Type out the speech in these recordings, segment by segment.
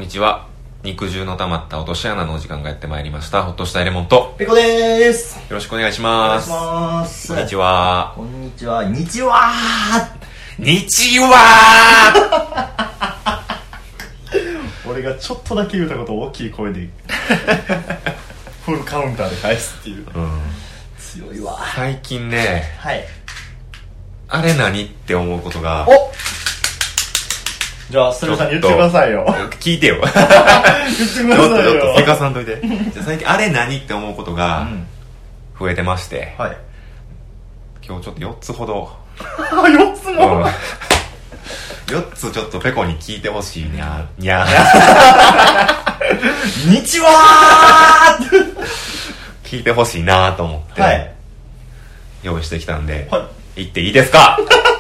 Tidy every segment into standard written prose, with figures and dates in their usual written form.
にちは。肉汁の溜まった落とし穴のお時間がやってまいりました。ほっとしたエレモンとペコでーす。 よろしくお願いします。 お願いします。 こんにちは。 こんにちは。日は日は俺がちょっとだけ言うたことを大きい声でフルカウンターで返すっていう、強いわ。 最近ね、 はい。 あれ何って思うことが、 お、じゃあスルさんに言ってくださいよ。 聞いてよ。 言ってくださいよ。 ちょっとせかさんといて。じゃあ最近あれ何って思うことが増えてまして、 はい。 今日ちょっと4つほど 4つも、 4つちょっとペコに聞いてほしいにゃーにゃー日は聞いてほしいなーと思って、 はい、 用意してきたんで、 はい、 言っていいですか？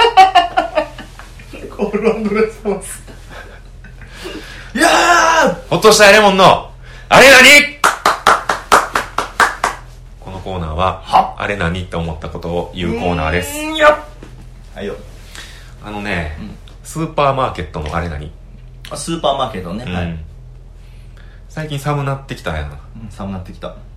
コール&レスポンス。いやー、 ほっとしたエレモンのあれ何？このコーナーはあれ何って思ったことを言うコーナーです。 はいよ。 スーパーマーケットのあれ何？ スーパーマーケットね、はい。 最近寒なってきたやな。 寒なってきた。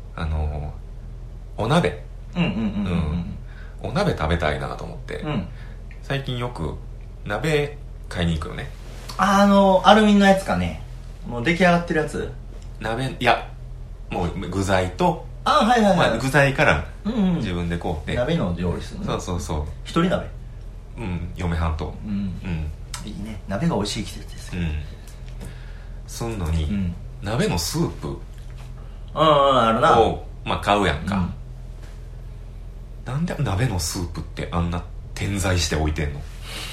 お鍋。お鍋食べたいなと思って、最近よく鍋買いに行くよね。 アルミのやつかね。もう出来上がってるやつ。 鍋、いや、もう具材と、 はいはいはい、 具材から自分でこうって、 鍋の料理するの。そう一人鍋。 嫁はんと。 いいね。鍋が美味しい季節ですよ。 すんのに、鍋のスープあるなを買うやんか。なんで鍋のスープってあんな点在して置いてんの？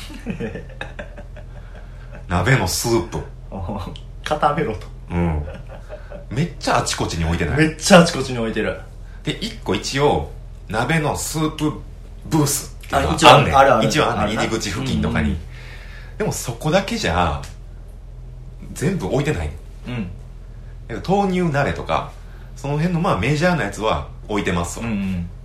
鍋のスープ固めろと。 めっちゃあちこちに置いてない？ めっちゃあちこちに置いてる。 で、1個一応鍋のスープブースっていうのがあんねん。ある一応あんねん、入り口付近とかに。でもそこだけじゃ全部置いてないねん。豆乳鍋とかその辺のメジャーなやつは置いてますわ。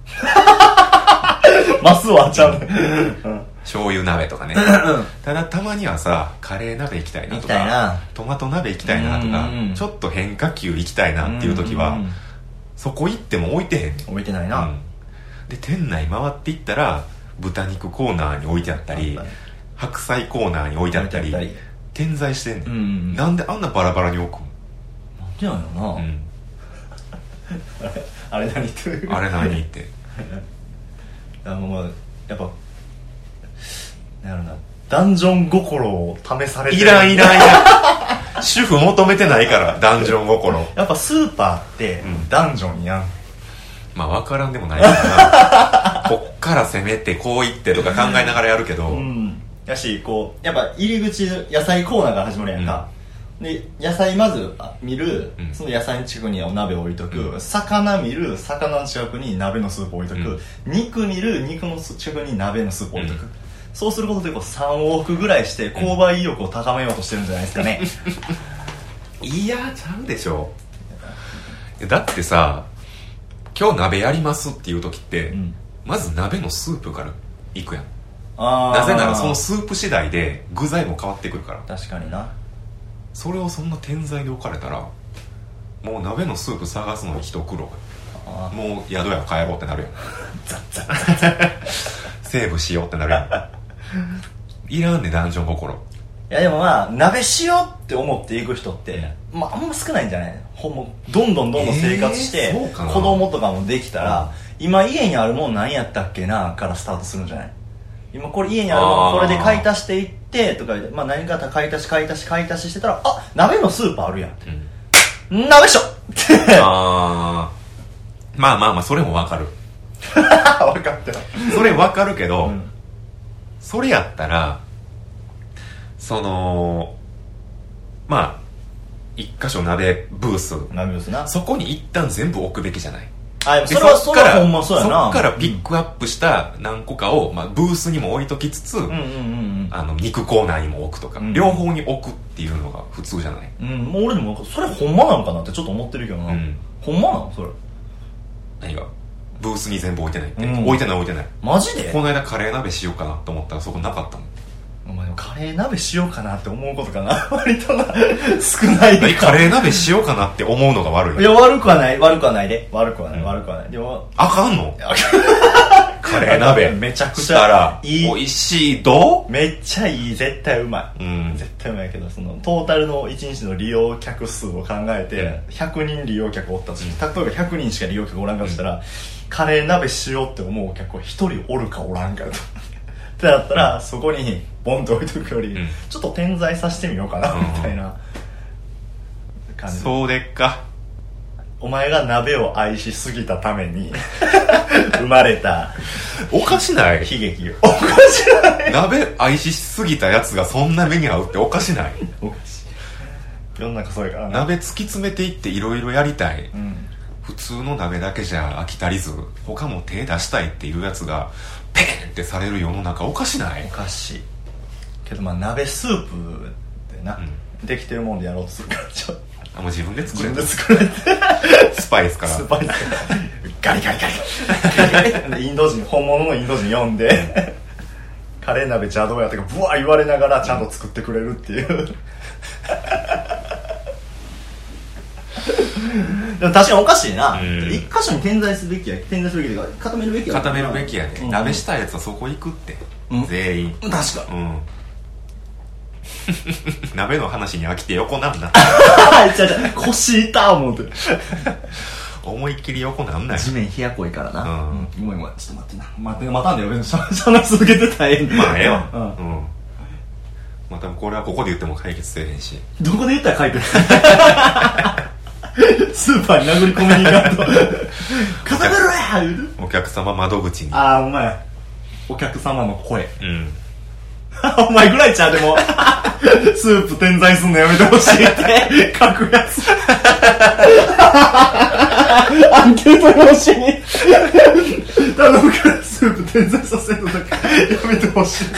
ますわちゃうね。 醤油鍋とかね。ただたまにはさ、カレー鍋行きたいなとか、トマト鍋行きたいなとか、ちょっと変化球行きたいなっていう時は、そこ行っても置いてへんねん。 置いてないな。 で、店内回っていったら豚肉コーナーに置いてあったり、白菜コーナーに置いてあったり点在してんねん。なんであんなバラバラに置くん？ なんでなんやろな。あれ何ってあれ何ってもうやっぱなんやろな、ダンジョン心を試されてる。 いらん主婦求めてないからダンジョン心。 やっぱスーパーってダンジョンやん。 分からんでもないからな。こっから攻めてこういってとか考えながらやるけど、 やし、こうやっぱ入り口野菜コーナーが始まるやんか。で、野菜まず見る、その野菜の近くにお鍋置いとく、魚見る、魚の近くに鍋のスープ置いとく、肉見る、肉の近くに鍋のスープ置いとく。そうすることで3往復ぐらいして購買意欲を高めようとしてるんじゃないですかね。 いやちゃうでしょ。だってさ、今日鍋やりますっていう時って、まず鍋のスープからいくやん。なぜならそのスープ次第で具材も変わってくるから。 確かにな。それをそんな点在で置かれたら、もう鍋のスープ探すのに一苦労。もう宿屋帰ろうってなるやん。セーブしようってなるやん。いらんね、ダンジョン心。 いやでも鍋しようって思っていく人ってあんま少ないんじゃない？どんどん生活して、子供とかもできたら、今家にあるもん何やったっけなからスタートするんじゃない？今これ家にあるもんこれで買い足していってとか言って、何か買い足ししてたら、鍋のスーパーあるやん、鍋しょそれも分かる。 分かってる。 それ分かるけど、それやったら一箇所鍋ブースな、 そこに一旦全部置くべきじゃない？ それはほんまそうやな。 そっからピックアップした何個かを、ブースにも置いときつつ、肉コーナーにも置くとか、両方に置くっていうのが普通じゃない？ もう俺でもそれほんまなのかなってちょっと思ってるけどな。ほんまなのそれ？ 何が？ブースに全部置いてないって。置いてない。 マジで？ この間カレー鍋しようかなと思ったらそこなかったもん。 まあ、でもカレー鍋しようかなって思うことかな割とな少ないカレー鍋しようかなって思うのが悪い。 いや悪くはないで悪くはない、でもあかんのカレー鍋めちゃくちゃしたら美味しい。どう？ めっちゃいい、絶対うまい、絶対うまいけど、そのトータルの1日の利用客数を考えて100人利用客おったとして、例えば100人しか利用客おらんかとしたら、カレー鍋しようって思う客は1人おるかおらんかとってなったら、そこにボンと置いとくより、ちょっと点在させてみようかなみたいな感じ。 そうでっか。 お前が鍋を愛しすぎたために生まれたおかしない？ 悲劇。おかしない。 鍋愛しすぎたやつがそんな目に遭うっておかしない？ おかしい。世の中そうやからな。 鍋突き詰めていっていろいろやりたい、普通の鍋だけじゃ飽き足りず他も手出したいっていうやつがペンってされる世の中おかしない？ おかしいけど、まあ鍋スープでな、できてるもんでやろうとするからちょっともう自分で作れてスパイスからガリガリガリガリインド人、本物のインド人呼んでカレー鍋邪道やとかブワー言われながらちゃんと作ってくれるっていうでも確かにおかしいな、一箇所に点在すべきや、点在すべきというか固めるべきや、 固めるべきやで、鍋したいやつはそこ行くって、全員確か鍋の話に飽きて横なんな腰痛思うて思いっきり横なんない。 地面冷やこいからな。ごめんちょっと待ってな、待たんでよ、別に話続けてたらええんだ。 まあええわ。またこれはここで言っても解決せえへんし、 どこで言ったら解決スーパーに殴り込みに行かんと固めろや言うて、 お客様窓口に。 ああお前お客様の声お前ぐらいちゃうでもスープ点在すんのやめてほしいって書くやつアンケート用紙に頼むからスープ点在させるのだけやめてほしい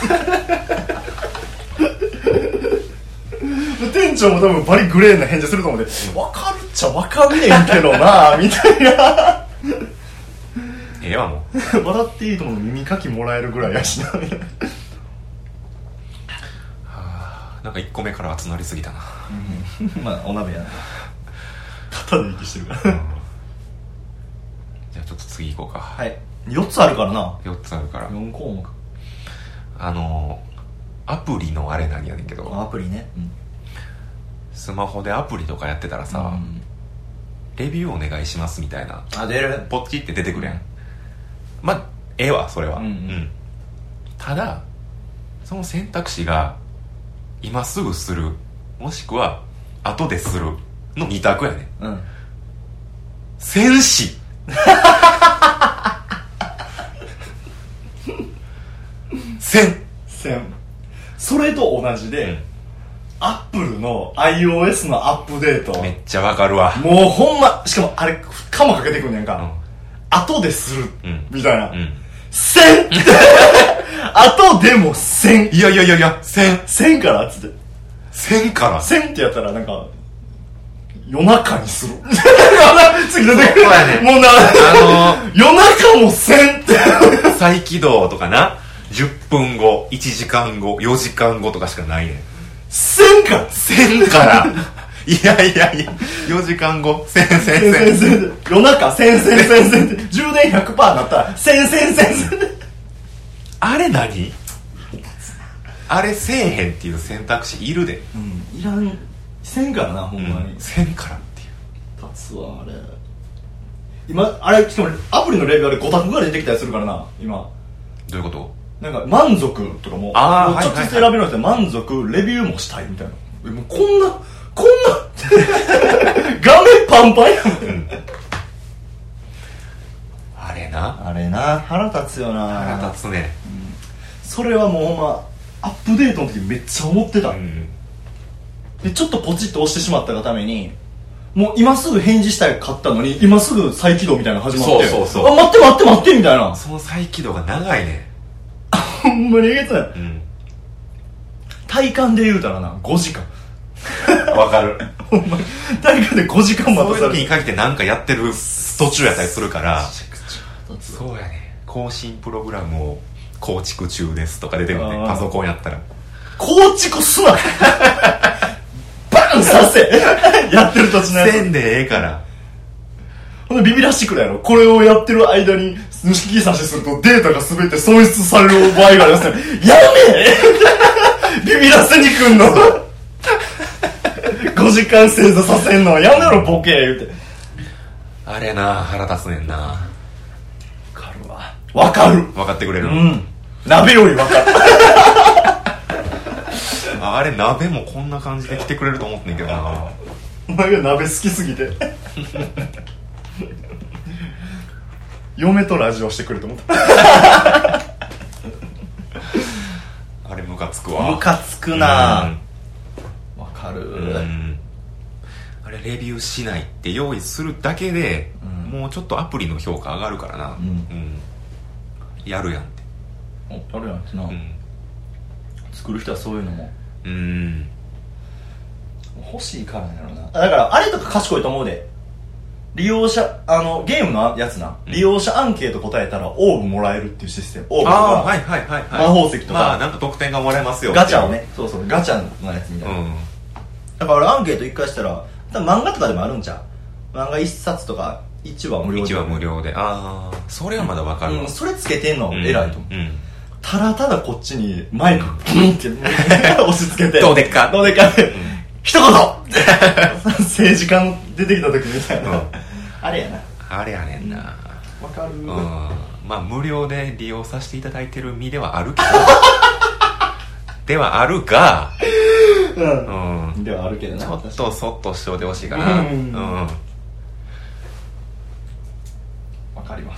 店長も多分バリグレーな返事すると思うんで、分かるっちゃ分かんねんけどなみたいなええわもう笑っていいと思うの耳かきもらえるぐらいやしなみたいななんか1個目から熱なりすぎたな、 まあお鍋やな肩で息してるからじゃあちょっと次行こうか。 はい、4つあるからな。 4つあるから 4項目。 アプリのあれなんやねんけど、 アプリね、 スマホでアプリとかやってたらさ、レビューお願いしますみたいな、 出る、 ポッチって出てくれん、まあええわそれは、ただその選択肢が今すぐするもしくは後でするの2択やね、戦士 1000それと同じで、アップルの iOS のアップデートめっちゃわかるわ。 もうほんま、しかもあれかもかけてくんねんか、後でする、みたいな、1000後でも1000、 いや1000 からっつって 1000から 1000ってやったらなんか夜中にする次出てくる、もうな夜中も1000って再起動とかな、10分後1時間後4時間後とかしかないねん。 1000から 1000からいや4時間後1000 夜中1000って充電 100% になったら1000 あれ何あれせえへんっていう選択肢いるで、 いらん。1000からなほんまに、 1000からっていう立つわあれ。今あれしかもアプリのレビューあれ5択ぐらい出てきたりするからな今。 どういうこと？ なんか満足とかもちょっとずつ選べるんですよ。満足レビューもしたいみたいな。もうこんな画面パンパンやん、あれな腹立つよな。 腹立つね、 それはもうほんまアップデートの時めっちゃ思ってた、でちょっとポチッと押してしまったがためにもう今すぐ返事したいかったのに今すぐ再起動みたいなの始まって、 そうあ待ってみたいな。 その再起動が長いねほんまにえげつない、体感で言うたらな5時間わかるほんま体感で5時間待たされる。 そういう時に限って何かやってる途中やったりするからそうやね、更新プログラムを構築中ですとか出てくるね、パソコンやったら構築すなバンさせやってる途中のやつせんでええから。 ほんでビビらしてくるやろ。これをやってる間に抜き差しするとデータが全て損失される場合がありますね。やめビビらせに来んの5時間正座させんのやめろボケ言うて。 あれな、腹立つねんな。わかるわ。わかる。 分かってくれる。 鍋よりわかるあれ鍋もこんな感じで来てくれると思ってんねんけどな。 お前が鍋好きすぎて嫁とラジオしてくれと思ったあれムカつくわ。 ムカつくな。わかる。 あれレビューしないって用意するだけで、もうちょっとアプリの評価上がるからな。やるやんって。 やるやんってな。作る人はそういうのも欲しいからやろな。だからあれとか賢いと思うで。利用者ゲームのやつな、利用者アンケート答えたらオーブもらえるっていうシステム。オーブとか魔法石とか、 まあなんか得点がもらえますよ。 ガチャをね、そうそうガチャのやつみたいな。だから俺アンケート一回したら、多分漫画とかでもあるんちゃう。漫画1冊とか1話無料で。 1話無料で。ああ、それはまだ分かるわ。 それつけてんの偉いと思う。ただただこっちにマイクブンって押し付けて、 どうでっか一言政治家の出てきた時みたいな、あれやな。 あれやねんな。 わかる。 まあ無料で利用させていただいてる身ではあるけどではあるがではあるけどな。 ちょっとそっとしておいてほしいかな。 わかります。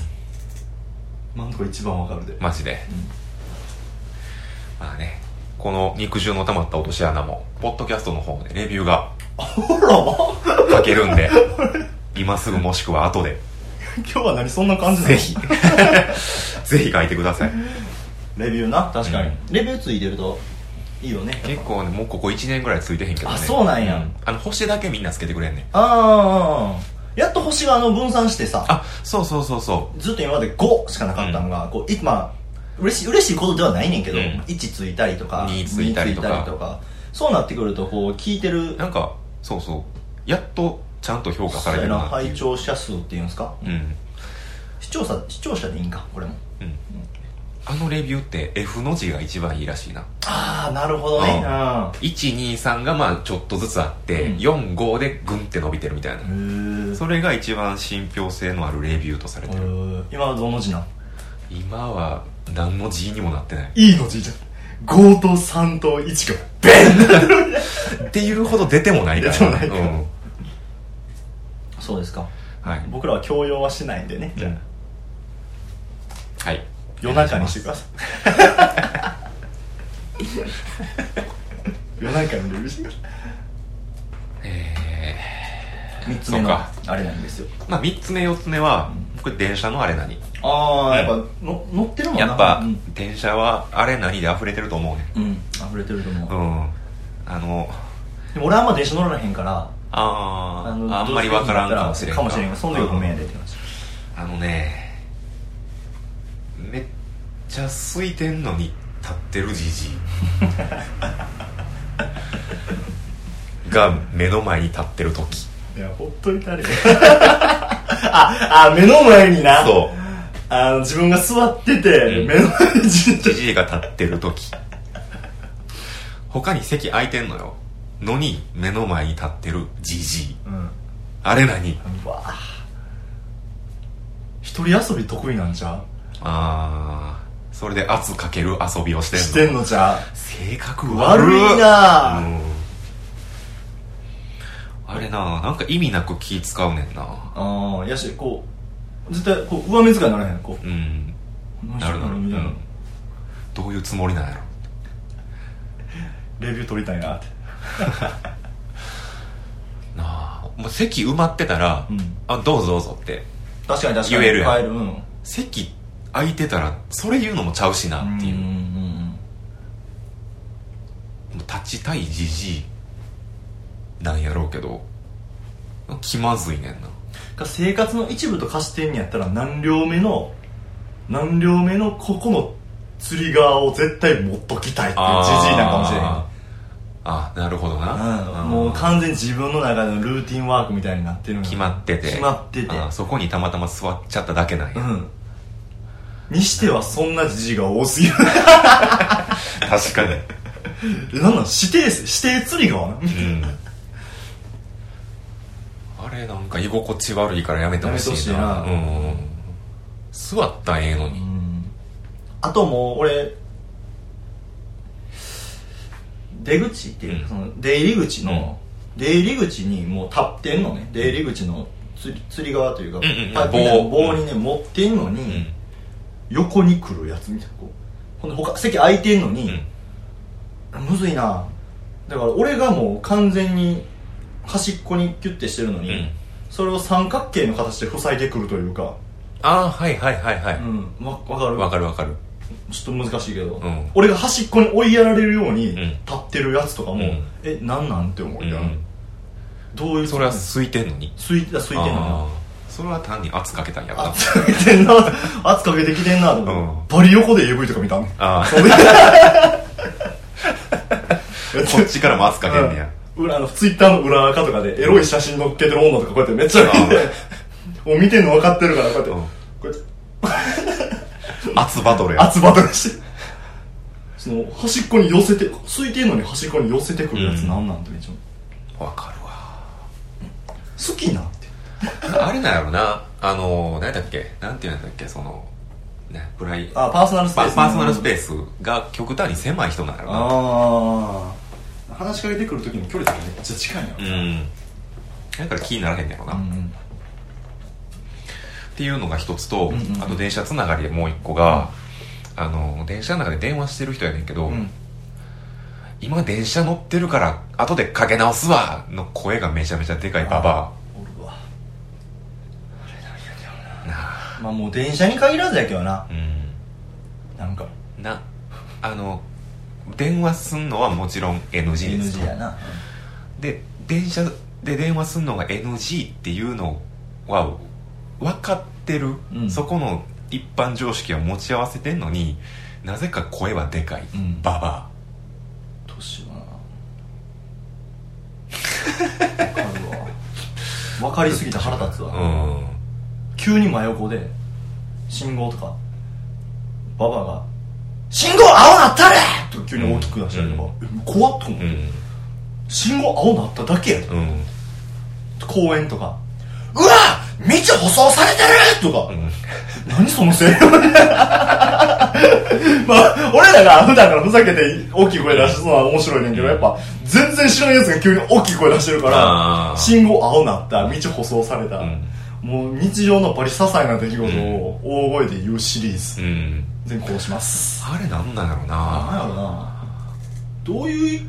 なんとか一番わかるで。 マジで。まあね、この肉汁の溜まった落とし穴もポッドキャストの方でレビューが書けるんで今すぐもしくは後で今日は何そんな感じなの。 ぜひぜひ書いてください。 レビューな。確かに、レビューついてるといいよね。 結構ね、もうここ1年ぐらいついてへんけどね。 あ、そうなんや。 星だけみんなつけてくれんねん。 やっと星が分散してさ。 あ、そうそうそうそう。 ずっと今まで5しかなかったのが、こうまあ嬉しいことではないねんけど、1ついたりとか 2ついたりとか、 そうなってくるとこう聞いてる、 なんかそうそう、やっとちゃんと評価されてるなっていう。 拝聴者数っていうんですか、視聴者でいいんかこれも。 レビューって F の字が一番いいらしいな。 ああ、なるほどね。 123がまあちょっとずつあって、45でグンって伸びてるみたいな。それが一番信憑性のあるレビューとされてる。 今はどの字なん？ 今は何の字にもなってない。 いいの字じゃん。5と3と1がベンっていうほど出てもないから。出てもないから、 そうですか。 はい。 僕らは強要はしないんでね。じゃあ、はい、 夜中にしてください夜中にレビューしてください。3つ目のあれなんですよ。 まあ3つ目4つ目は、これ電車のあれ何。 やっぱ乗ってるもんな。 やっぱ、電車はあれ何で溢れてると思うね。 溢れてると思う。 でも俺はあんま電車乗らへんから、 あんまり分からんかもしれんがその時ごめんやでってました。 めっちゃ空いてんのに立ってるじじいが目の前に立ってる時、 いやほっといたれ目の前にな。 そう、 自分が座ってて、目の前にじじいが立ってる時他に席空いてんのよのに目の前に立ってるじじい、あれ何。 うわ、一人遊び得意なんちゃう。 それで圧かける遊びをしてんの。 してんのじゃ。 性格悪いな。 あれな、なんか意味なく気使うねんな。 やし、こう絶対こう上目遣いにならへん。こうなるみたいな。どういうつもりなんやろ。 レビュー取りたいなってなあ、もう席埋まってたら、どうぞどうぞって確かに言えるやん。席空いてたらそれ言うのもちゃうしなっていう。立ちたいじじいなんやろうけど気まずいねんな。 生活の一部と化してんやったら何両目のここの釣り側を絶対持っときたいっていうじじいなんかもしれへん。 あ、なるほどな、 もう完全に自分の中でのルーティンワークみたいになってるの。 決まっててそこにたまたま座っちゃっただけなんや、 にしてはそんなじじいが多すぎる。 確かに。 なんなん指定釣り側な、 あれなんか居心地悪いからやめてほしいな。座ったらええのに。 あともう俺出口っていうか、その出入り口にもう立ってんのね。出入り口の釣り側というか、棒にね持ってんのに、横に来るやつみたいな。ほんで他席空いてんのに、むずいな。だから俺がもう完全に端っこにキュッてしてるのに、それを三角形の形で塞いでくるというか。 はいはいはいはい。わかるわかる。 ちょっと難しいけど、俺が端っこに追いやられるように立ってるやつとかも、なんなんて思うやん。どういう。 それは空いてんのに。 空いてんのよ。 それは単に圧かけたんやろな。 圧かけてんな、圧かけてきてんなと思って、バリ横で AV とか見たの。こっちからも圧かけんねや。 ツイッターの裏垢とかでエロい写真載っけてる女とかこうやってめっちゃ見て、もう見てんの分かってるからこうやって圧バトルや。圧バトルして、その端っこに寄せて、空いてんのに端っこに寄せてくるやつなんなんてめっちゃ分かるわ。 好きなって。 あれなんやろな、何だっけ、なんていうんだっけ、そのね、パーソナルスペース、 パーソナルスペースが極端に狭い人なんやろな。 話しかけてくる時の距離とかめっちゃ近いんやろ。 だから気にならへんやろな、っていうのが一つと、あと電車つながりでもう一個が、電車の中で電話してる人やねんけど、今電車乗ってるから後でかけ直すわの声がめちゃめちゃでかいババア。 まあもう電車に限らずやけどな。なんか電話すんのはもちろん NG です。 NG やな。 で電車で電話すんのが NG っていうのは分かってる、そこの一般常識を持ち合わせてんのになぜか声はでかい、ババア。 年はな分かるわ。分かりすぎて腹立つわ。急に真横で信号とかババアが「信号青なったれ!」とか急に大きく出したりとか、怖っと思って、信号青なっただけやで、公園とか「うわ道舗装されてる!」とか、何その声量。まあ俺らが普段からふざけて大きい声出してそうな面白いねんけど、やっぱ全然知らんやつが急に大きい声出してるから「信号青なった、道舗装された」もう日常のバリ些細な出来事を大声で言うシリーズ、全行します。 あれなんなんやろな。 なんやろな。どういう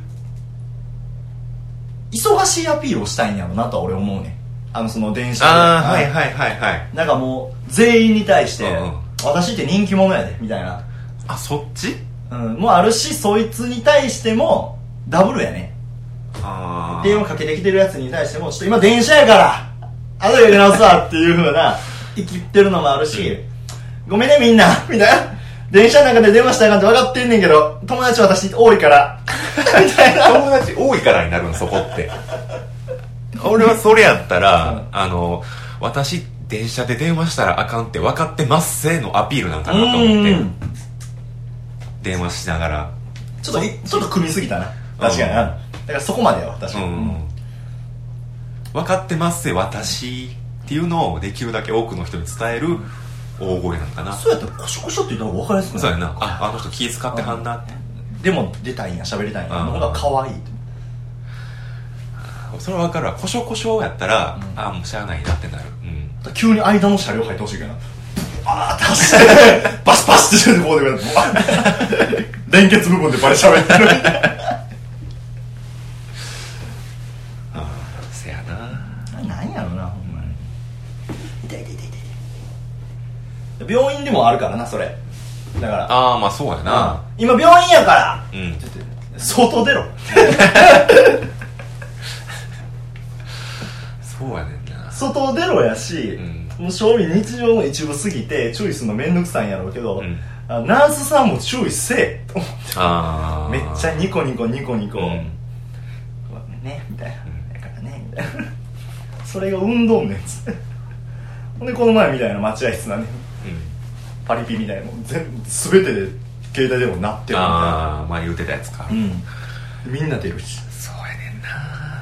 忙しいアピールをしたいんやろなとは俺思うね。その電車で、 はいはいはいはい。 なんかもう全員に対して、私って人気者やでみたいな。 そっち？ もうあるし、そいつに対してもダブルやね。電話かけてきてるやつに対しても、ちょっと今電車やから後で出直すわっていう風な生きってるのもあるし、ごめんねみんなみたいな、電車の中で電話したらあかんって分かってんねんけど友達私多いからみたいな。 友達多いからになるのそこって。俺はそれやったら、私電車で電話したらあかんって分かってますせのアピールなんかなと思って電話しながらちょっと組みすぎたな。確かにな。だからそこまでよ確かに、 分かってますせ私っていうのをできるだけ多くの人に伝える大声なんかな。 そうやったらコショコショって言った方が分かりやすくない？ そうやな。あの人気使ってはんなって。 でも出たいんや、喋りたいんやの方が可愛い。 それは分かるわ。コショコショやったら、もうしゃあないなってなる。 急に間の車両入ってほしいけどな。バーッて走ってバシバシってこうで連結部分でバリ喋ってるみたいな。 せやな。 なんやろなほんまに。痛い痛い痛い痛い。病院でもあるからなそれ。だからまあそうやな。 今病院やから外出ろ。 そうやねんな。 外出ろやし、 もう正味日常の一部すぎて注意するのめんどくさいんやろうけど、ナースさんも注意せえと思ってめっちゃニコニコ、ねみたいな、だからねみたいなそれが運動ねんつってほんでこの前みたいな待合室なんで、パリピみたいなの全てで携帯でも鳴ってるみたいな、 言うてたやつか、 みんな出るし、 そうやねんな。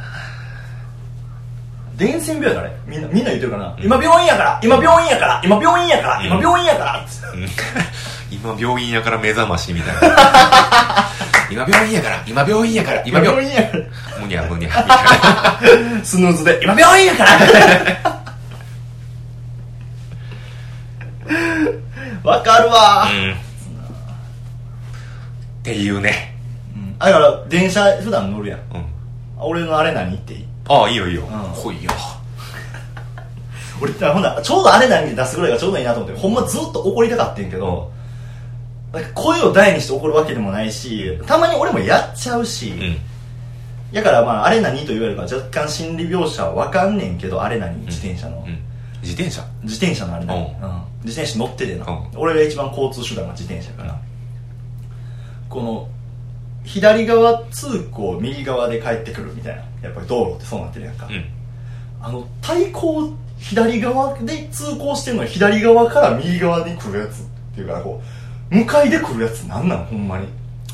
伝染病やからみんな言ってるかな、今病院やから今病院やから今病院やから今病院やから今病院やから目覚ましみたいな今病院やから今病院やから今病院やからむにゃむにゃみたいなスヌーズで今病院やからわかるわ、 っていうね、 だから電車普段乗るやん、俺のあれ何っていい？ ああ、いいよいいよ、来いよ俺ほんなちょうどあれ何出すぐらいがちょうどいいなと思って、ほんまずっと怒りたかってんけど、声を大にして怒るわけでもないし、たまに俺もやっちゃうし、だからまああれ何と言われるから若干心理描写は分かんねんけど、あれ何自転車の、自転車のあれ何、自転車乗っててな、俺が一番交通手段が自転車から、この左側通行右側で帰ってくるみたいな、やっぱり道路ってそうなってるやんか、対向左側で通行してるのに左側から右側に来るやつっていうか、こう向かいで来るやつなんなんほんまに。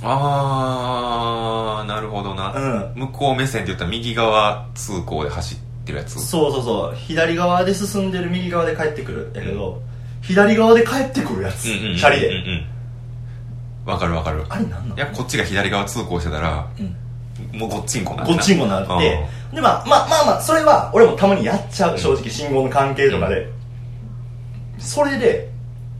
あー、なるほどな、向こう目線って言ったら右側通行で走ってるやつ。 そう左側で進んでる右側で帰ってくるやけど、左側で帰ってくるやつ、チャリで、 わかるあれなんなん。 いや、こっちが左側通行してたら、もうごっちんこなってごっちんこなってで、まあそれは俺もたまにやっちゃう、正直信号の関係とかで、それで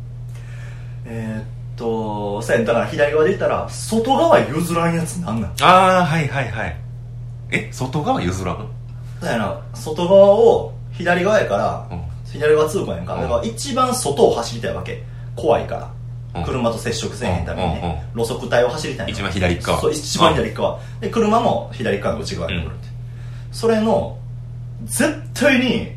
そうや、だから左側で言ったら外側譲らんやつなんなん。 ああ、はい外側譲らん。 そうやな、外側を左側やから、左側通行やんか、だから一番外を走りたいわけ、怖いから、車と接触せえへんためにね、路側帯を走りたい、 一番左側、 そう一番左側で、車も左側の内側に来るって、それの絶対に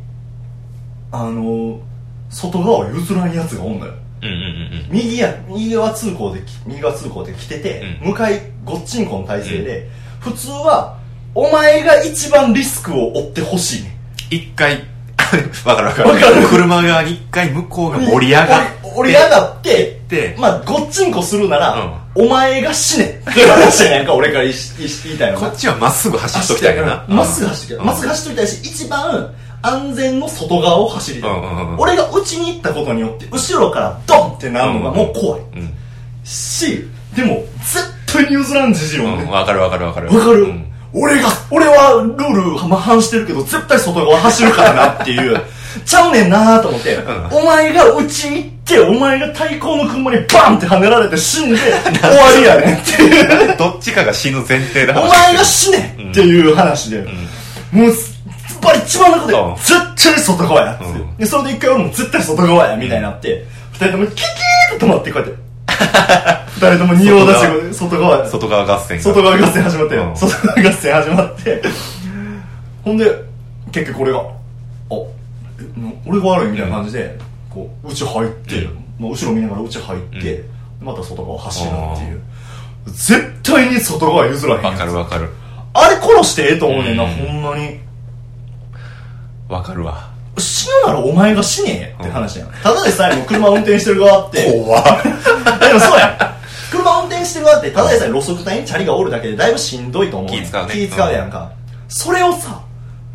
外側を譲らんやつがおんのよ。右側通行で来てて、向かいごっちんこの体勢で、普通はお前が一番リスクを負ってほしいね。 一回わかる車側に一回向こうが盛り上がってまあごっちんこするなら、お前が死ねって話やんか俺から言いたいのが、 こっちはまっすぐ走っときたいかな、 まっすぐ走っときたいし、一番安全の外側を走りたい、俺が内に行ったことによって後ろからドンってなるのがもう怖い、し、でも絶対に譲らんじじろうね。 わかる俺はルール反してるけど絶対外側走るからなっていうちゃうねんなーと思って、お前が内に行ってお前が対向の車にバンって跳ねられて死んで終わりやねんっていうどっちかが死ぬ前提でお前が死ねっていう話で、もうバリ一番のことで絶対外側やって、でそれで一回俺も絶対外側やみたいになって、二人ともキキーッと止まってこうやって二人とも仁王立ちで外側合戦始まって、外側合戦始まって、ほんで結局俺が俺が悪いみたいな感じでこう内入って、後ろ見ながら内入って、また外側走るっていう、絶対に外側譲らへんやつ。 わかるあれ殺してええと思うねんな、ほんまに。 わかるわ。 死ぬならお前が死ねえって話やん。ただでさえも車運転してる側って怖っでもそうやん、車運転してる側ってただでさえ路側帯にチャリがおるだけでだいぶしんどいと思う。 気使うやんか、それをさ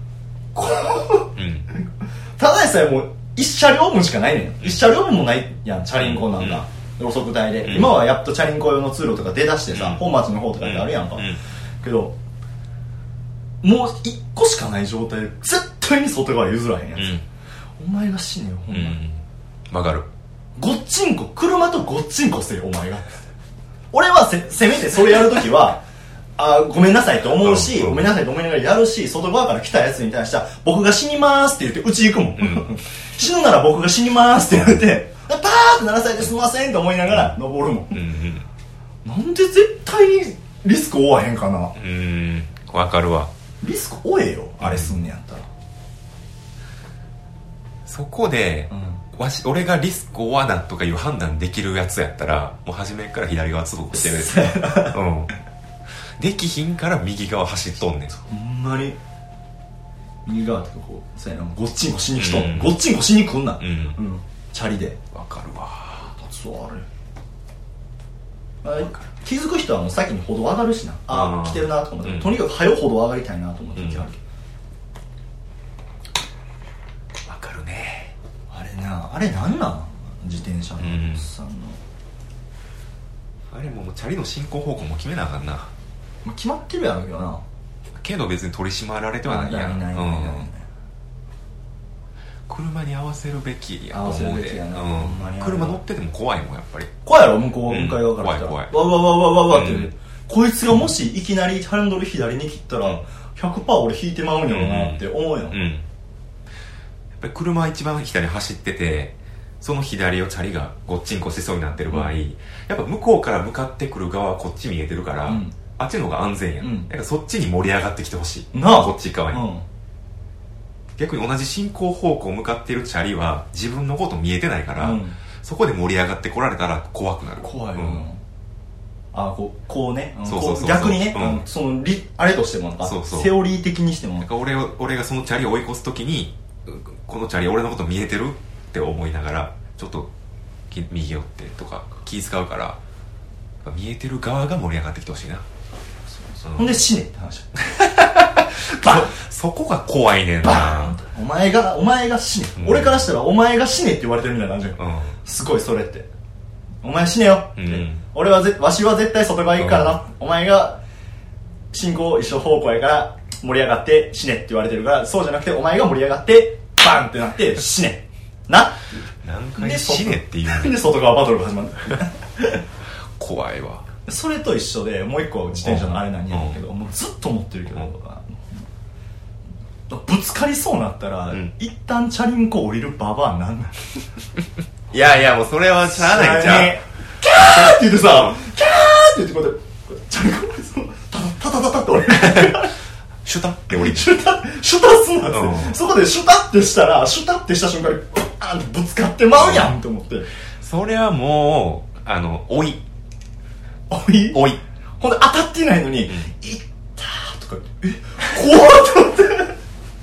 ただでさえもう一車両分しかないねん。一車両分もないやん、チャリンコなんか、路側帯で、今はやっとチャリンコ用の通路とか出だしてさ、本町の方とかであるやんか、けどもう一個しかない状態で絶対に外側譲らへんやつ、お前が死ねよほんまに。 わかる。 ごっちんこ、車とごっちんこせよお前が。俺はせめてそれやるときはごめんなさいと思うし、ごめんなさいと思いながらやるし、外側から来たやつに対しては僕が死にますって言ってうち行くもん、死ぬなら僕が死にますって言ってパーって鳴らされてすみませんと思いながら登るもん、なんで絶対にリスク負わへんかな。 わかるわ。 リスク負えよ、あれすんねやったら。 そこで、俺がリスク負わなとかいう判断できるやつやったらもう初めから左側つぶしてるできひんから右側走っとんねん。 ほんまに右側とかこうそうやな、ごっちんこしに来とん、ごっちんこしに来んな、チャリで。 わかるわ。 そうあれ気づく人はもう先に歩道上がるしな、あ来てるなと思って、とにかく早う歩道上がりたいなと思って時あるけど。わかるね。 あれなんなん自転車のおっさんの、 あれもうチャリの進行方向も決めなあかんな。 まあ、決まってるやろうけどな。 けど別に取り締まられてはないやん。車に合わせるべきやと思うで。車乗ってても怖いもんやっぱり。 怖いやろ向こう向かい側から来たら。 怖い。 わって、こいつがもしいきなりハンドル左に切ったら 100% 俺引いてまうんやろうなって思うやん。やっぱり車は一番左走ってて、その左をチャリがごっちんこしそうになってる場合、やっぱ向こうから向かってくる側はこっち見えてるから、あっちの方が安全やん。だからそっちに盛り上がってきてほしい。こっち側に。逆に同じ進行方向向かっているチャリは自分のこと見えてないから、そこで盛り上がってこられたら怖くなる。 怖いよな。こうね、逆にね、そのあれとしてもセオリー的にしても、 だから俺がそのチャリを追い越すときに、このチャリ俺のこと見えてるって思いながらちょっと右寄ってとか気使うから、見えてる側が盛り上がってきてほしいな。 ほんで死ねって話そこが怖いねんな。 お前が死ね、俺からしたらお前が死ねって言われてるみたいな感じよ。すごいそれって、お前死ねよって、わしは絶対外側行くからな、お前が進行一緒方向やから盛り上がって死ねって言われてるから、そうじゃなくてお前が盛り上がってバンってなって死ねな。 何回死ねって言うで外側バトルが始まる怖いわ。 それと一緒でもう一個自転車のあれなんやけど、もうずっと思ってるけど、ぶつかりそうなったら、一旦チャリンコ降りるババアなんなん？ いやもうそれはしゃあないんちゃう。 キャーって言ってさ、キャーって言ってこうやってチャリンコ降りそう、タって降りるシュタって降りる、 シュタすんな、そこでシュタってしたら、シュタってした瞬間にバーンってぶつかってまうやんと思って、 それはもう追いほんで当たってないのに、いったーとか怖っと思って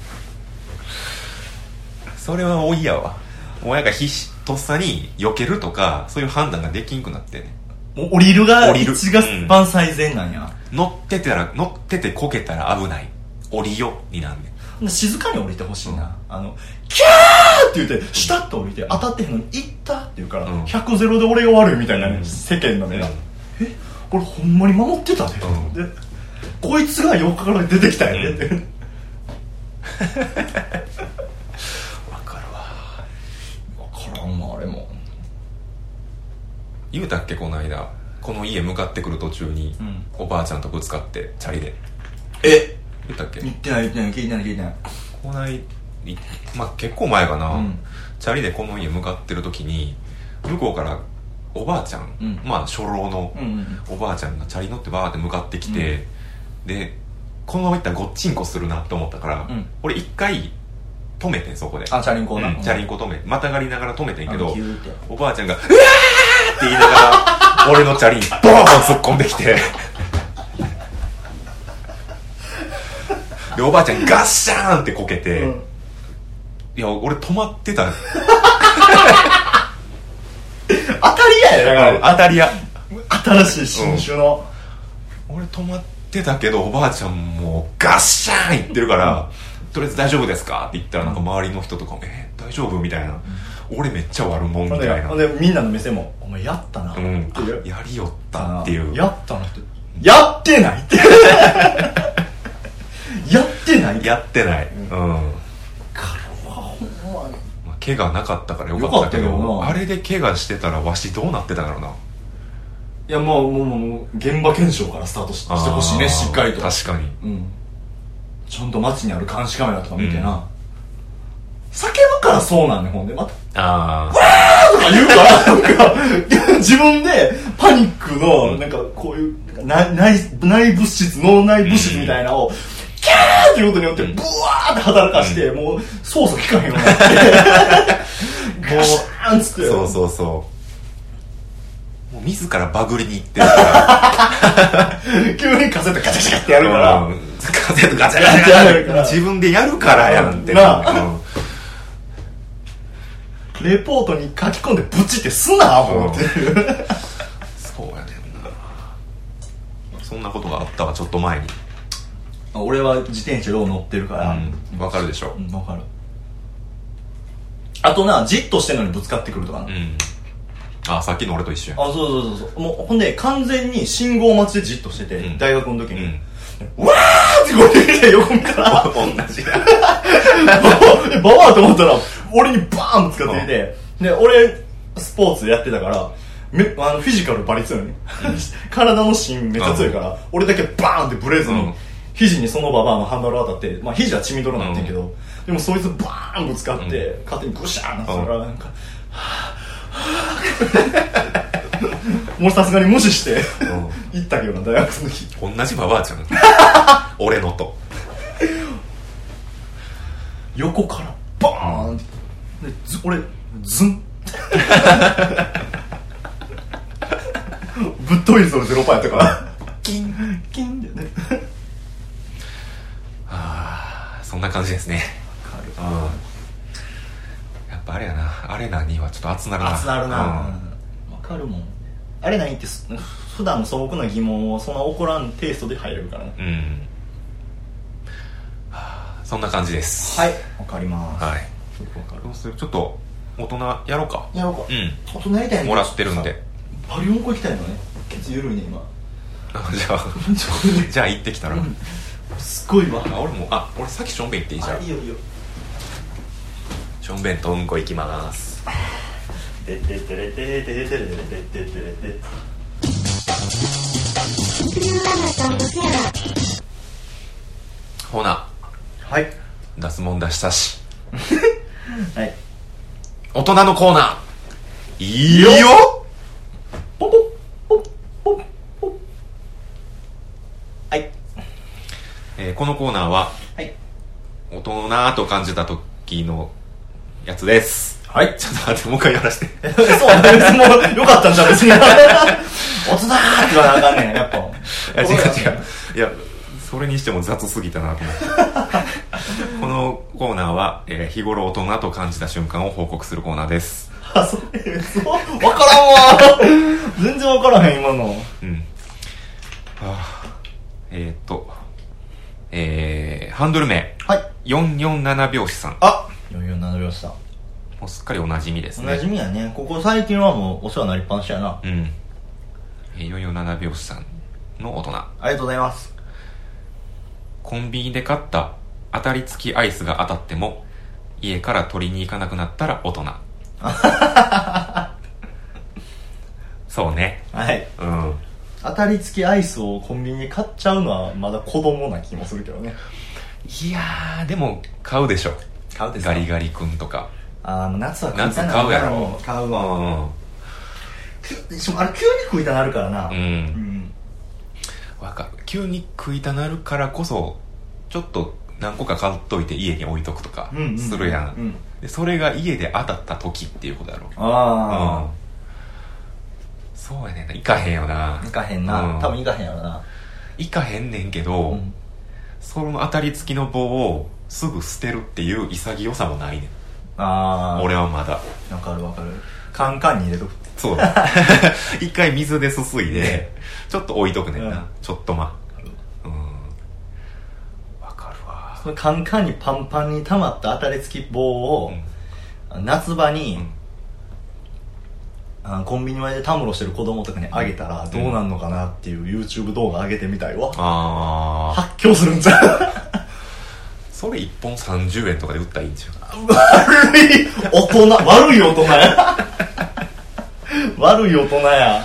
それは追いやわ。もうなんかとっさに避けるとかそういう判断ができんくなってね。 もう降りるが一番最善なんや。 乗っててこけたら危ない、降りよになんねん。静かに降りてほしいな。キャーって言ってシュタッと降りて、当たってへんのにいったって言うから、100ゼロで俺が悪いみたいなね、世間の目が。これほんまに守ってたで、でこいつが4日から出てきたんやねって、 わかるわ。 分からんわ。あれも言うたっけ、この間この家向かってくる途中に、おばあちゃんとぶつかってチャリで。言ったっけ。 言ってない聞いてない。 この間結構前かな、チャリでこの家向かってる時に向こうからおばあちゃん、初老のおばあちゃんがチャリ乗ってバーって向かってきて、でこのままいったらごっちんこするなと思ったから、俺一回止めてん、そこで。 チャリンコな、 チャリンコ止めまたがりながら止めてんけど、おばあちゃんが「うわー!」って言いながら俺のチャリにボーン突っ込んできてでおばあちゃんガッシャーンってこけて、いや俺止まってた当たり屋やだから、 当たり屋、 新しい新種の、 俺止まってたけどおばあちゃんもガッシャーン言ってるから、とりあえず大丈夫ですかって言ったら、なんか周りの人とかも大丈夫みたいな、俺めっちゃ悪者みたいな。 ほんでみんなの目線もお前やったなっていう、やりよったっていう、 やったなって、やってないってやってない、 怪我なかったからよかったけど、あれで怪我してたらわしどうなってたんだろうな。 いやもう現場検証からスタートしてほしいね、しっかりと。 確かに、 ちゃんと街にある監視カメラとか見てな、叫ぶからそうなんね。ほんでまたわーとか言うからなんか自分でパニックのなんかこういう内部質、脳内物質みたいなのをキャーっていうことによってブワーって働かして、もう操作効かへんようになってガシャーンっつってそうそうそう、もう自らバグりに行ってるから急にカセットガチャガチャってやるから、 カセットガチャガチャってやるから自分でやるからやんってな、 レポートに書き込んでブチってすな思ってるそうやねんな。 そんなことがあったわ、ちょっと前に。 俺は自転車ロー乗ってるからわかるでしょ。 わかる。あとな、じっとしてんのにぶつかってくるとかな。 あ、さっきの俺と一緒や。 あ、そうもうほんで完全に信号待ちでじっとしてて、大学の時にうわーってこうやって横見たら同じやババアと思ったら俺にバーンぶつかってきて、で俺スポーツやってたからフィジカルバリ強いね体の芯めっちゃ強いから俺だけバーンってブレずに肘にそのババアのハンドル当たって、まあ肘は血みどろになってんけど、でもそいつバーンぶつかって勝手にグシャーなってたからなんかもうさすがに無視して行ったけどな、大学の時。 同じババアちゃん俺のと横からバーンってで俺ズンぶっといぞ0%やったからキンキンでねそんな感じですね。やっぱあれやな、あれ何はちょっと熱なるな。 熱なるな、わかるもん。あれ何って普段の素朴な疑問をそんな怒らんテイストで入れるからね。 そんな感じです。 はい、わかります。 はい、どうする？ちょっと大人やろうか。 やろうか。大人やりたいね。 もらってるんでパリオンコ行きたいのね。ケツ緩いね今じゃあ行ってきたらすごいわ。 俺さっきションベン行っていいじゃん。 いいよいいよ。 ションベンとうんこ行きます。 でててれててれてれてれててれて。 ほな、 はい、 出すもん出したしはい、 大人のコーナーいいよ。 ポポポポポ。はい、 このコーナーは、 はい、 大人と感じた時のやつです。 はい、 ちょっと待って、もう一回やらせてそう別にもうよかったんじゃ別に大人って言わなあかんねんやっぱ。 いや違ういやそれにしても雑すぎたなと思ってこのコーナーは、日頃大人と感じた瞬間を報告するコーナーです。 そう分からんわ全然分からへん今の。 ハンドル名、 はい、 447拍子さん。 447拍子さん、もうすっかりおなじみですね。 おなじみやね。ここ最近はもうお世話になりっぱなしやな。 447拍子さんの大人。 ありがとうございます。 コンビニで買った当たり付きアイスが当たっても家から取りに行かなくなったら大人そうね。 はい、当たり付きアイスをコンビニで買っちゃうのはまだ子供な気もするけどね。 いやーでも買うでしょ。 買うですか。 ガリガリ君とか。 夏は食いた夏買うやろ。 買うわ。しかもあれ急に食いたなるからな。わかる。急に食いたなるからこそちょっと何個か買っといて家に置いとくとかするやん。でそれが家で当たった時っていうことやろ。そうやねんな。行かへんよな。 行かへんな、多分行かへんやろな。 行かへんねんけど、その当たり付きの棒をすぐ捨てるっていう潔さもないねん。俺はまだ。わかるわかる。カンカンに入れとく。そう一回水ですすいでちょっと置いとくねんな、ちょっとわかるわ。そのカンカンにパンパンに溜まった当たり付き棒を、夏場に、コンビニ前でたむろしてる子供とかにあげたらどうなんのかなっていう YouTube 動画上げてみたいわ。発狂するんじゃんそれ1本30円とかで売ったらいいんじゃん。悪い大人や悪い大人や。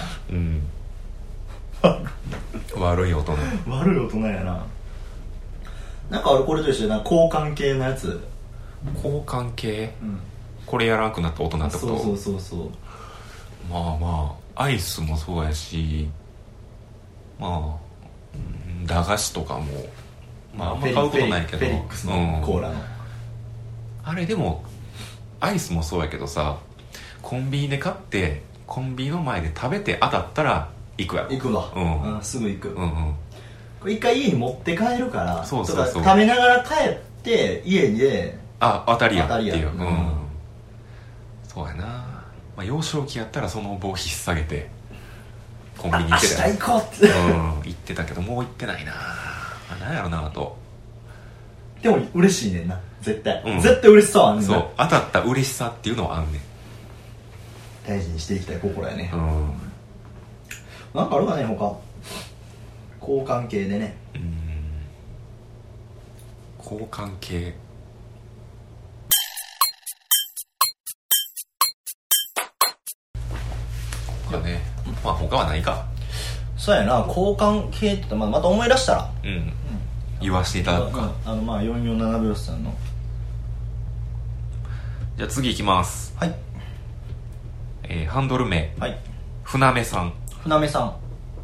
悪い大人やな。なんかこれと一緒で交換系のやつ。交換系、これやらなくなった大人ってこと。そうまあアイスもそうやし、駄菓子とかもまああんま買うことないけどフェリックスのコーラの、 あれでもアイスもそうやけどさ、コンビニで買ってコンビニの前で食べて当たったら行くやろ。 行くわ、 うんうん、すぐ行く、 うんうん、 これ一回家に持って帰るから、 そうそうそう、 とか食べながら帰って家で当たりやっていう、 うん、 そうやな。まあ、幼少期やったらその棒引っ提げてコンビニ行ってたよ。明日行こうって、 行ってたけどもう行ってないな。なんやろな。あとでも嬉しいねんな、絶対、 うん、 絶対嬉しさはあんねんな。 そう、当たった嬉しさっていうのはあんねん。 大事にしていきたい心やね。 うん、 なんかあるかね、他交換系でね。 交換系、他ね、まあ他はないか。 そうやな、交換系ってまた思い出したら、 言わせていただくか。 まあ447秒さんの。 じゃあ次いきます。 はい。 ハンドル名、 はい、 船目さん。 船目さん。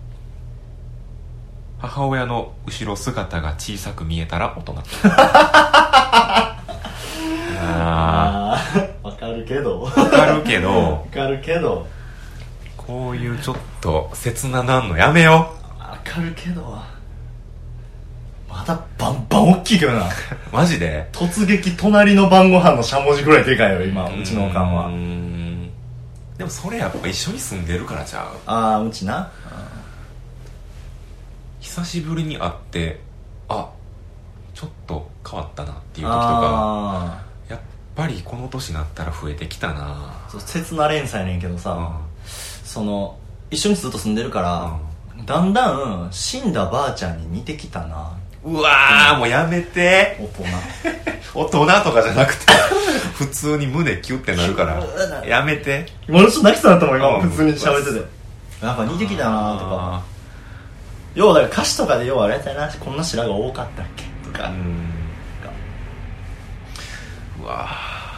母親の後ろ姿が小さく見えたら大人。 わかるけど。 わかるけど。 わかるけど。 こういうちょっと切ななんのやめよ。 わかるけど。まだバンバン大きいけどな。 マジで？ 突撃隣の晩ご飯のしゃもじぐらいでかいよ今、うちのおかんは。 でもそれやっぱ一緒に住んでるからちゃう？ ああ、うちな。 久しぶりに会ってちょっと変わったなっていう時とか、やっぱりこの年になったら増えてきたな。 そう、切な連鎖やねんけどさ、その一緒にずっと住んでるから、だんだん死んだばあちゃんに似てきたな。 うわー、もうやめて。大人とかじゃなくて普通に胸キュッてなるからやめて。 ものすごい泣きそうだったもん今、普通に喋ってて、なんか似てきたなとか。要はだから歌詞とかで要はあれやったな、こんな白髪多かったっけとか。 うわ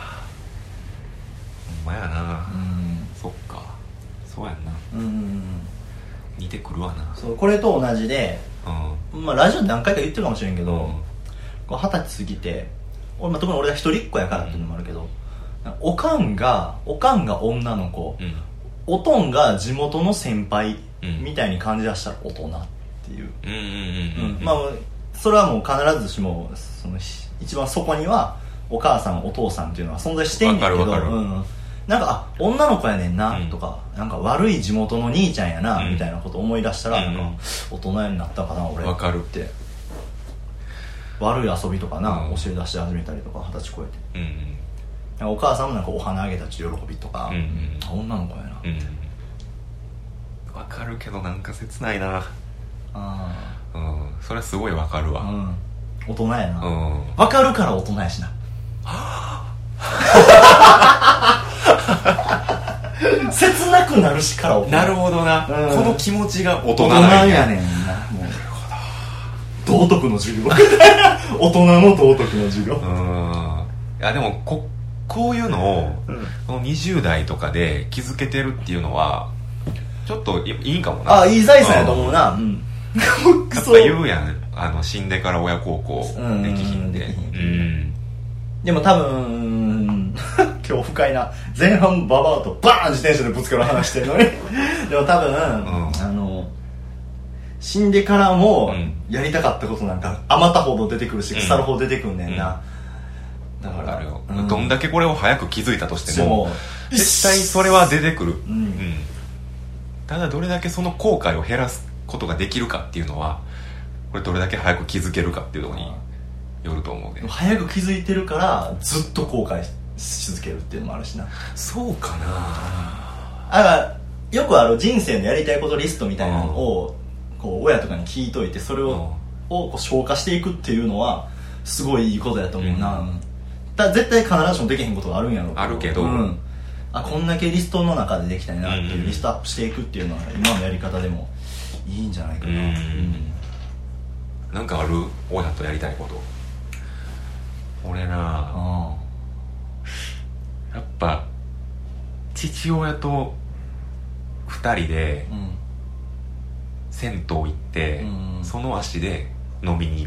ほんまやな。そっか、そうやんな。似てくるわな。 そう、これと同じで、まあラジオで何回か言ってるかもしれんけど、20歳過ぎて、特に俺が一人っ子やからっていうのもあるけど、おかんが女の子、おとんが地元の先輩みたいに感じ出したら大人っていう。まあそれはもう必ずしもその一番そこにはお母さんお父さんっていうのは存在してんねんけど、なんか女の子やねんなとか、なんか悪い地元の兄ちゃんやなみたいなこと思い出したら、なんか大人になったかな俺って悪い遊びとかな、教え出して始めたりとか、20歳超えて、お母さんもなんかお花あげたち喜びとか、女の子やな。 わかるけどなんか切ないな。それはすごいわかるわ。 大人やな。わかるから大人やしな。切なくなるしから大人。 なるほどな、この気持ちが大人なんやねんな。もう道徳の授業。大人の道徳の授業。 いやでもこういうのを、この20代とかで気づけてるっていうのはちょっといいんかもな。 いい財産やと思うな。やっぱ言うやん、死んでから親孝行できひんで。 でも多分今日深いな、前半ババアとバーン自転車でぶつかる話してるのにでも多分、死んでからもやりたかったことなんかあまたほど出てくるし、腐るほど出てくんねんな。だからどんだけこれを早く気づいたとしても絶対それは出てくる。ただどれだけその後悔を減らすことができるかっていうのは、これどれだけ早く気づけるかっていうところによると思うね。 早く気づいてるからずっと後悔し続けるっていうのもあるしな。 そうかな。よく人生のやりたいことリストみたいなのをこう親とかに聞いといて、それをこう消化していくっていうのはすごいいいことやと思うな。絶対必ずしもできへんことがあるんやろうけど、 あるけど、 こんだけリストの中でできたいなっていうリストアップしていくっていうのは今のやり方でもいいんじゃないかな。 なんかある？親とやりたいこと。俺な、やっぱ父親と2人で銭湯行って、その足で飲みに行く。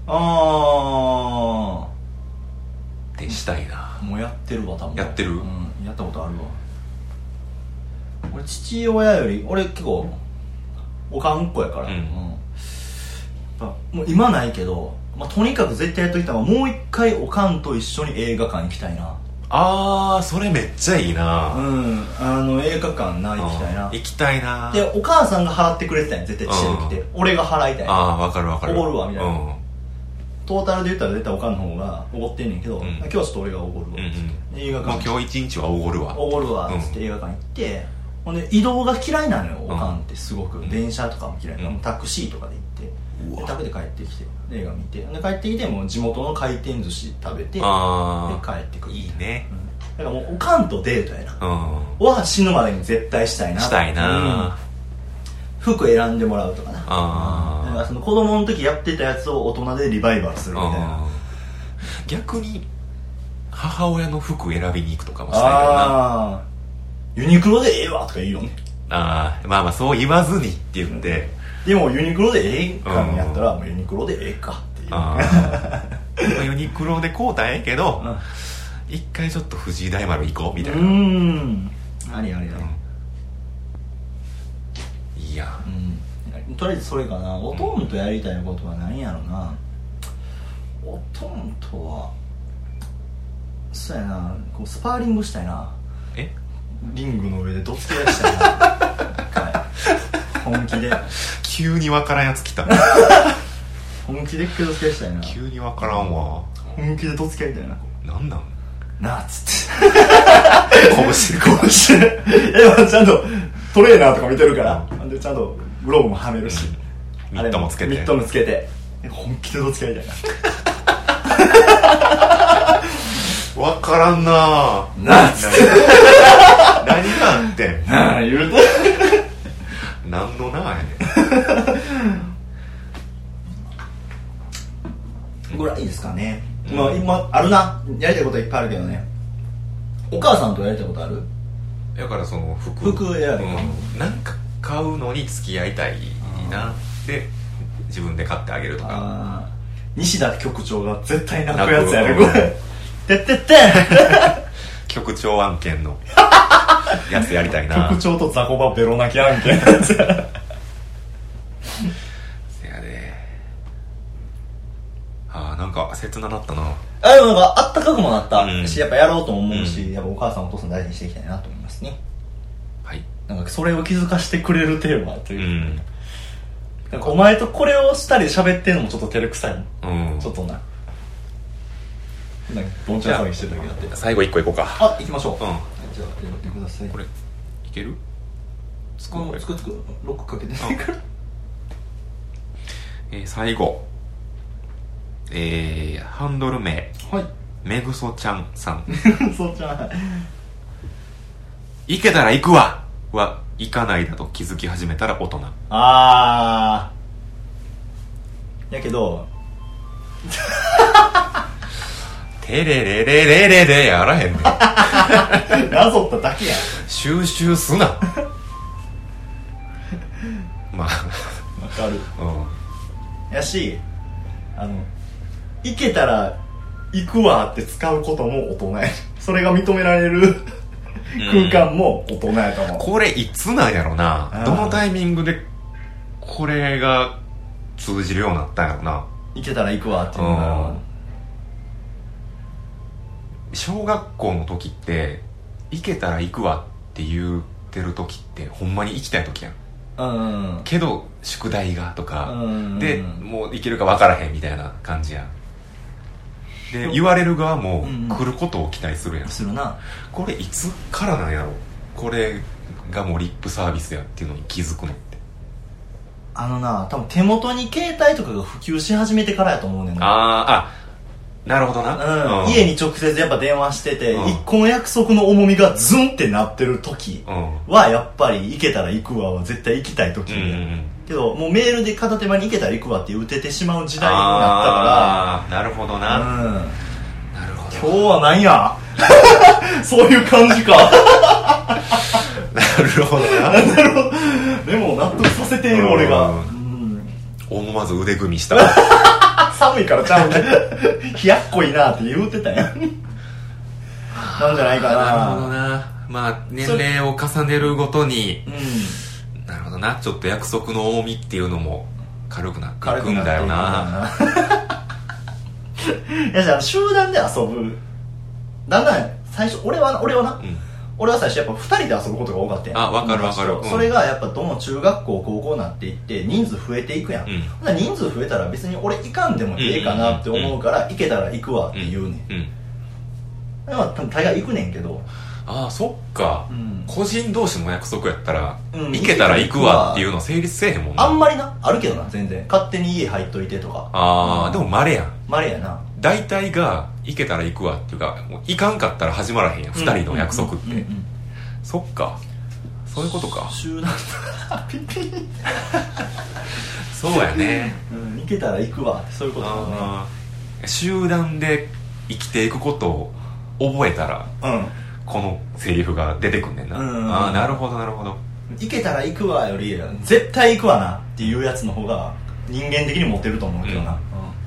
あでしたいな。 もうやってるわ多分。 やってる、 やったことあるわ。俺父親より俺結構おかんっ子やから、もう今ないけど、とにかく絶対やっときたのはもう一回おかんと一緒に映画館行きたいな。 あー、それめっちゃいいな。 映画館な行きたいな。 行きたいな。 でお母さんが払ってくれてたんや絶対ちっちゃい時で、俺が払いたい。 わかるわかる。 おごるわみたいな、トータルで言ったら絶対おかんの方がおごってんねんけど、今日はちょっと俺がおごるわっつって、映画館今日一日はおごるわっつって映画館行って、ほんで移動が嫌いなのよおかんってすごく、電車とかも嫌いなの、タクシーとかで行って、タクで帰ってきて映画見て、で帰ってきてもう地元の回転寿司食べて、で帰ってくる。 いいね、 だからもうおかんとデートやな、は死ぬまでに絶対したいな。服選んでもらうとかな。だからその子供の時やってたやつを大人でリバイバルするみたいな。 逆に母親の服選びに行くとかもしたいけどな。 ユニクロでええわとか言うよね。 そう言わずにって言って、 でもユニクロでええかやったらもうユニクロでええかっていう。 ユニクロで買うたらええけど、一回ちょっと藤井大丸行こうみたいな。 ありいや、 とりあえずそれかな。おとんとやりたいことは何やろな。おとんとはそうやな、こうスパーリングしたいな。リングの上でどつき合いしたいな。本気で急にわからんやつ来た。 本気でどつき合いしたいな。 急にわからんわ。 本気でどつき合いたいな。 なんなんなあっつって拳でちゃんとトレーナーとか見てるから、でちゃんとグローブもはめるし、 ミットもつけて本気でどつき合いたいな。 わからんななっつって何があってんなあ言うて何のなあやねんぐらいですかね。今あるな、やりたいこといっぱいあるけどね。お母さんとやりたいことある？ だからその服選び、 なんか買うのに付き合いたいなで自分で買ってあげるとか。 西田局長が絶対泣くやつやねこれ。てってって局長案件のやつやりたいな。 局長とザコバベロ泣き案件のやつや。 せやで。なんか切ななったな。 でもなんかあったかくもなったし、やっぱやろうとも思うし、やっぱお母さんお父さん大事にしていきたいなと思いますね。 はい。 なんかそれを気づかしてくれるテーマというか、なんかお前とこれをしたり喋ってんのもちょっと照れくさいもん、ちょっとなどんちゃん騒ぎしてるだけだって。 最後1個いこうか。 行きましょう。じゃあやってください。 これいける？ つくロックかけてないから。 最後ハンドル名、めぐそちゃんさん。 めぐそちゃん。 行けたら行くわは行かないだと気づき始めたら大人。 やけどテレレレレレレやらへんねん。 なぞっただけや。 収集すな。わかる。やし、行けたら行くわって使うことも大人や。それが認められる空間も大人やと思う。 これいつなんやろな。どのタイミングでこれが通じるようになったんやろな。 行けたら行くわっていうのが、 小学校の時って行けたら行くわって言ってる時ってほんまに行きたい時やん。けど宿題がとかでもう行けるか分からへんみたいな感じやん。で言われる側も来ることを期待するやん。 するな。 これいつからなんやろ。これがもうリップサービスやっていうのに気づくのって。 多分手元に携帯とかが普及し始めてからやと思うねんな。なるほどな。 家に直接やっぱ電話してて、一個の約束の重みがズンってなってる時はやっぱり行けたら行くわは絶対行きたい時けど、もうメールで片手間に行けたら行くわって打ててしまう時代になったから。 なるほどな。なるほど。 今日は何やそういう感じか。 なるほどな。 なるほど。でも納得させている俺が。 思わず腕組みした。 寒いからちゃうんで冷やっこいなって言うてたやんなんじゃないかな。 なるほどな。まあ年齢を重ねるごとに、なるほどな、ちょっと約束の重みっていうのも軽くなっていくんだよな。 いや、じゃあ集団で遊ぶ、だんだん最初俺はな、俺は最初やっぱ2人で遊ぶことが多かったやん。 あ、わかるわかる。 それがやっぱどんどん中学校高校になっていって人数増えていくやん、人数増えたら別に俺行かんでもええかなって思うから、行けたら行くわって言うねん。まあ大概行くねんけど、 ああそっか、個人同士の約束やったら、行けたら行くわっていうの成立せえへんもんな。 あんまりな、あるけどな、全然勝手に家入っといてとか。 ああ、でも稀やん。 稀やな。 大体が行けたら行くわっていうか、もう行かんかったら始まらへんやん、2人の約束って。そっか、そういうことか。 集団ピッピッそうやね、 行けたら行くわってそういうことだね。 集団で生きていくことを覚えたら、このセリフが出てくんねんな。ああ、なるほどなるほど。 行けたら行くわより絶対行くわなっていうやつの方が人間的に持ってると思うけどな。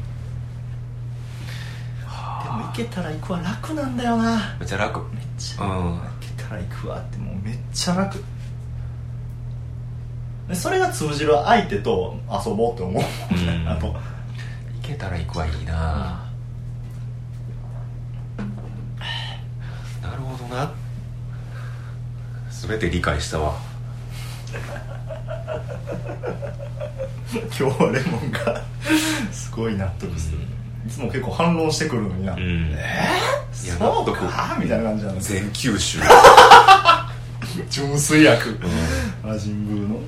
でも行けたら行くわ楽なんだよな。 めっちゃ楽。 めっちゃ行けたら行くわってもうめっちゃ楽。それが通じる相手と遊ぼうって思う。あと行けたら行くはいいな。なるほどな。全て理解したわ。 今日はレモンがすごい納得する。いつも結構反論してくるのにな。そうかみたいな感じなんです。 全九州純粋役、魔人ブーの。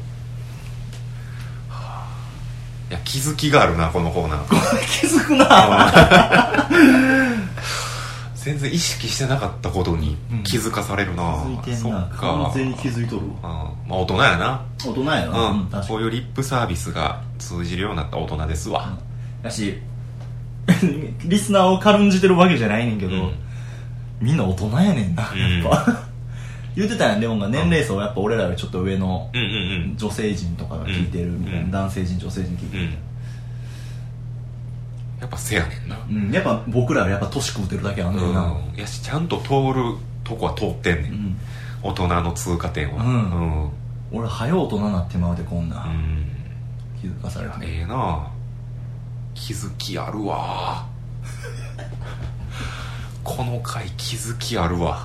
いや、気づきがあるなこのコーナー。 気づくな。 全然意識してなかったことに気づかされるな。 気づいてんな。完全に気づいとる。 まあ大人やな。 大人やな。 こういうリップサービスが通じるようになった大人ですわ。 だしリスナーを軽んじてるわけじゃないねんけど、みんな大人やねんな、やっぱ。言ってたやん、レオンが年齢層やっぱ俺らよりちょっと上の女性陣とかが聞いてるみたいな、男性陣女性陣聞いてるみたいな。 やっぱせやねんな。 やっぱ僕らはやっぱ年食うてるだけあんねんな。 やし、ちゃんと通るとこは通ってんねん、大人の通過点は。 俺早大人なってまうでこんな、気づかされて。 ええな。気づきあるわ。この回気づきあるわ。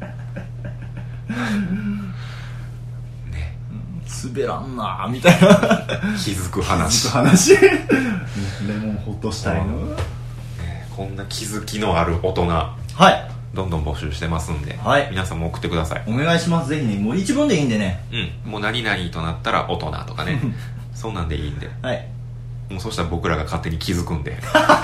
ね、 滑らんなみたいな。 気づく話。 レモンほっとしたいの、 こんな気づきのある大人、どんどん募集してますんで、皆さんも送ってください。 お願いします。ぜひね、もう一文でいいんでね。 もう何々となったら大人とかね。そんなんでいいんで、もうそしたら僕らが勝手に気づくんで。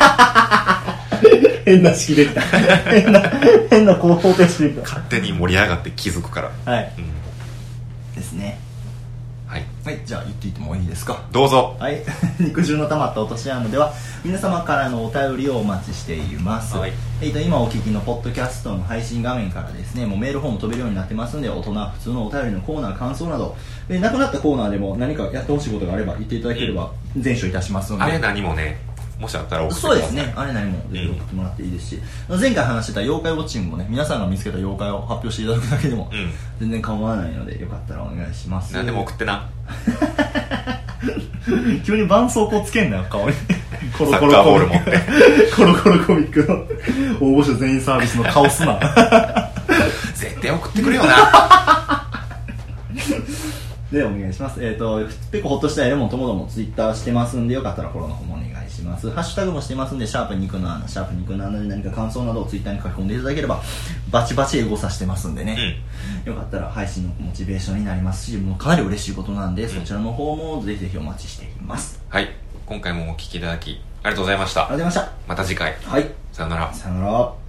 変な式できた。変な方程式できた。 勝手に盛り上がって気づくから。 ですね。はい、じゃあ言っていってもいいですか。 どうぞ。 肉汁の溜まった落とし穴では皆様からのお便りをお待ちしています。今お聞きのポッドキャストの配信画面からですね、もうメールフォーム飛べるようになってますんで、大人普通のお便りのコーナー、感想などなくなったコーナーでも何かやってほしいことがあれば言っていただければ全処いたしますので。 あれ何もね、もしあったら送ってください。 そうですね、あれ何もぜひ送ってもらっていいですし、前回話してた妖怪ウォッチングもね、皆さんが見つけた妖怪を発表していただくだけでも全然構わないので、よかったらお願いします。 何でも送ってな。 急に絆創膏つけんなよ顔に。コロコロサッカーボール持ってコロコロコミックの応募者全員サービスの顔すな。 絶対送ってくれよな。 でお願いします。ペコホッとしたレモンともどもツイッターしてますんで、よかったらフォローの方もお願いします。ハッシュタグもしてますんで、シャープ肉の穴、シャープ肉の穴で何か感想などをツイッターに書き込んでいただければバチバチエゴサしてますんでね、よかったら配信のモチベーションになりますし、もうかなり嬉しいことなんで、そちらの方もぜひぜひお待ちしています。 はい、今回もお聞きいただきありがとうございました。 ありがとうございました。 また次回。 はい、 さよなら。 さよなら。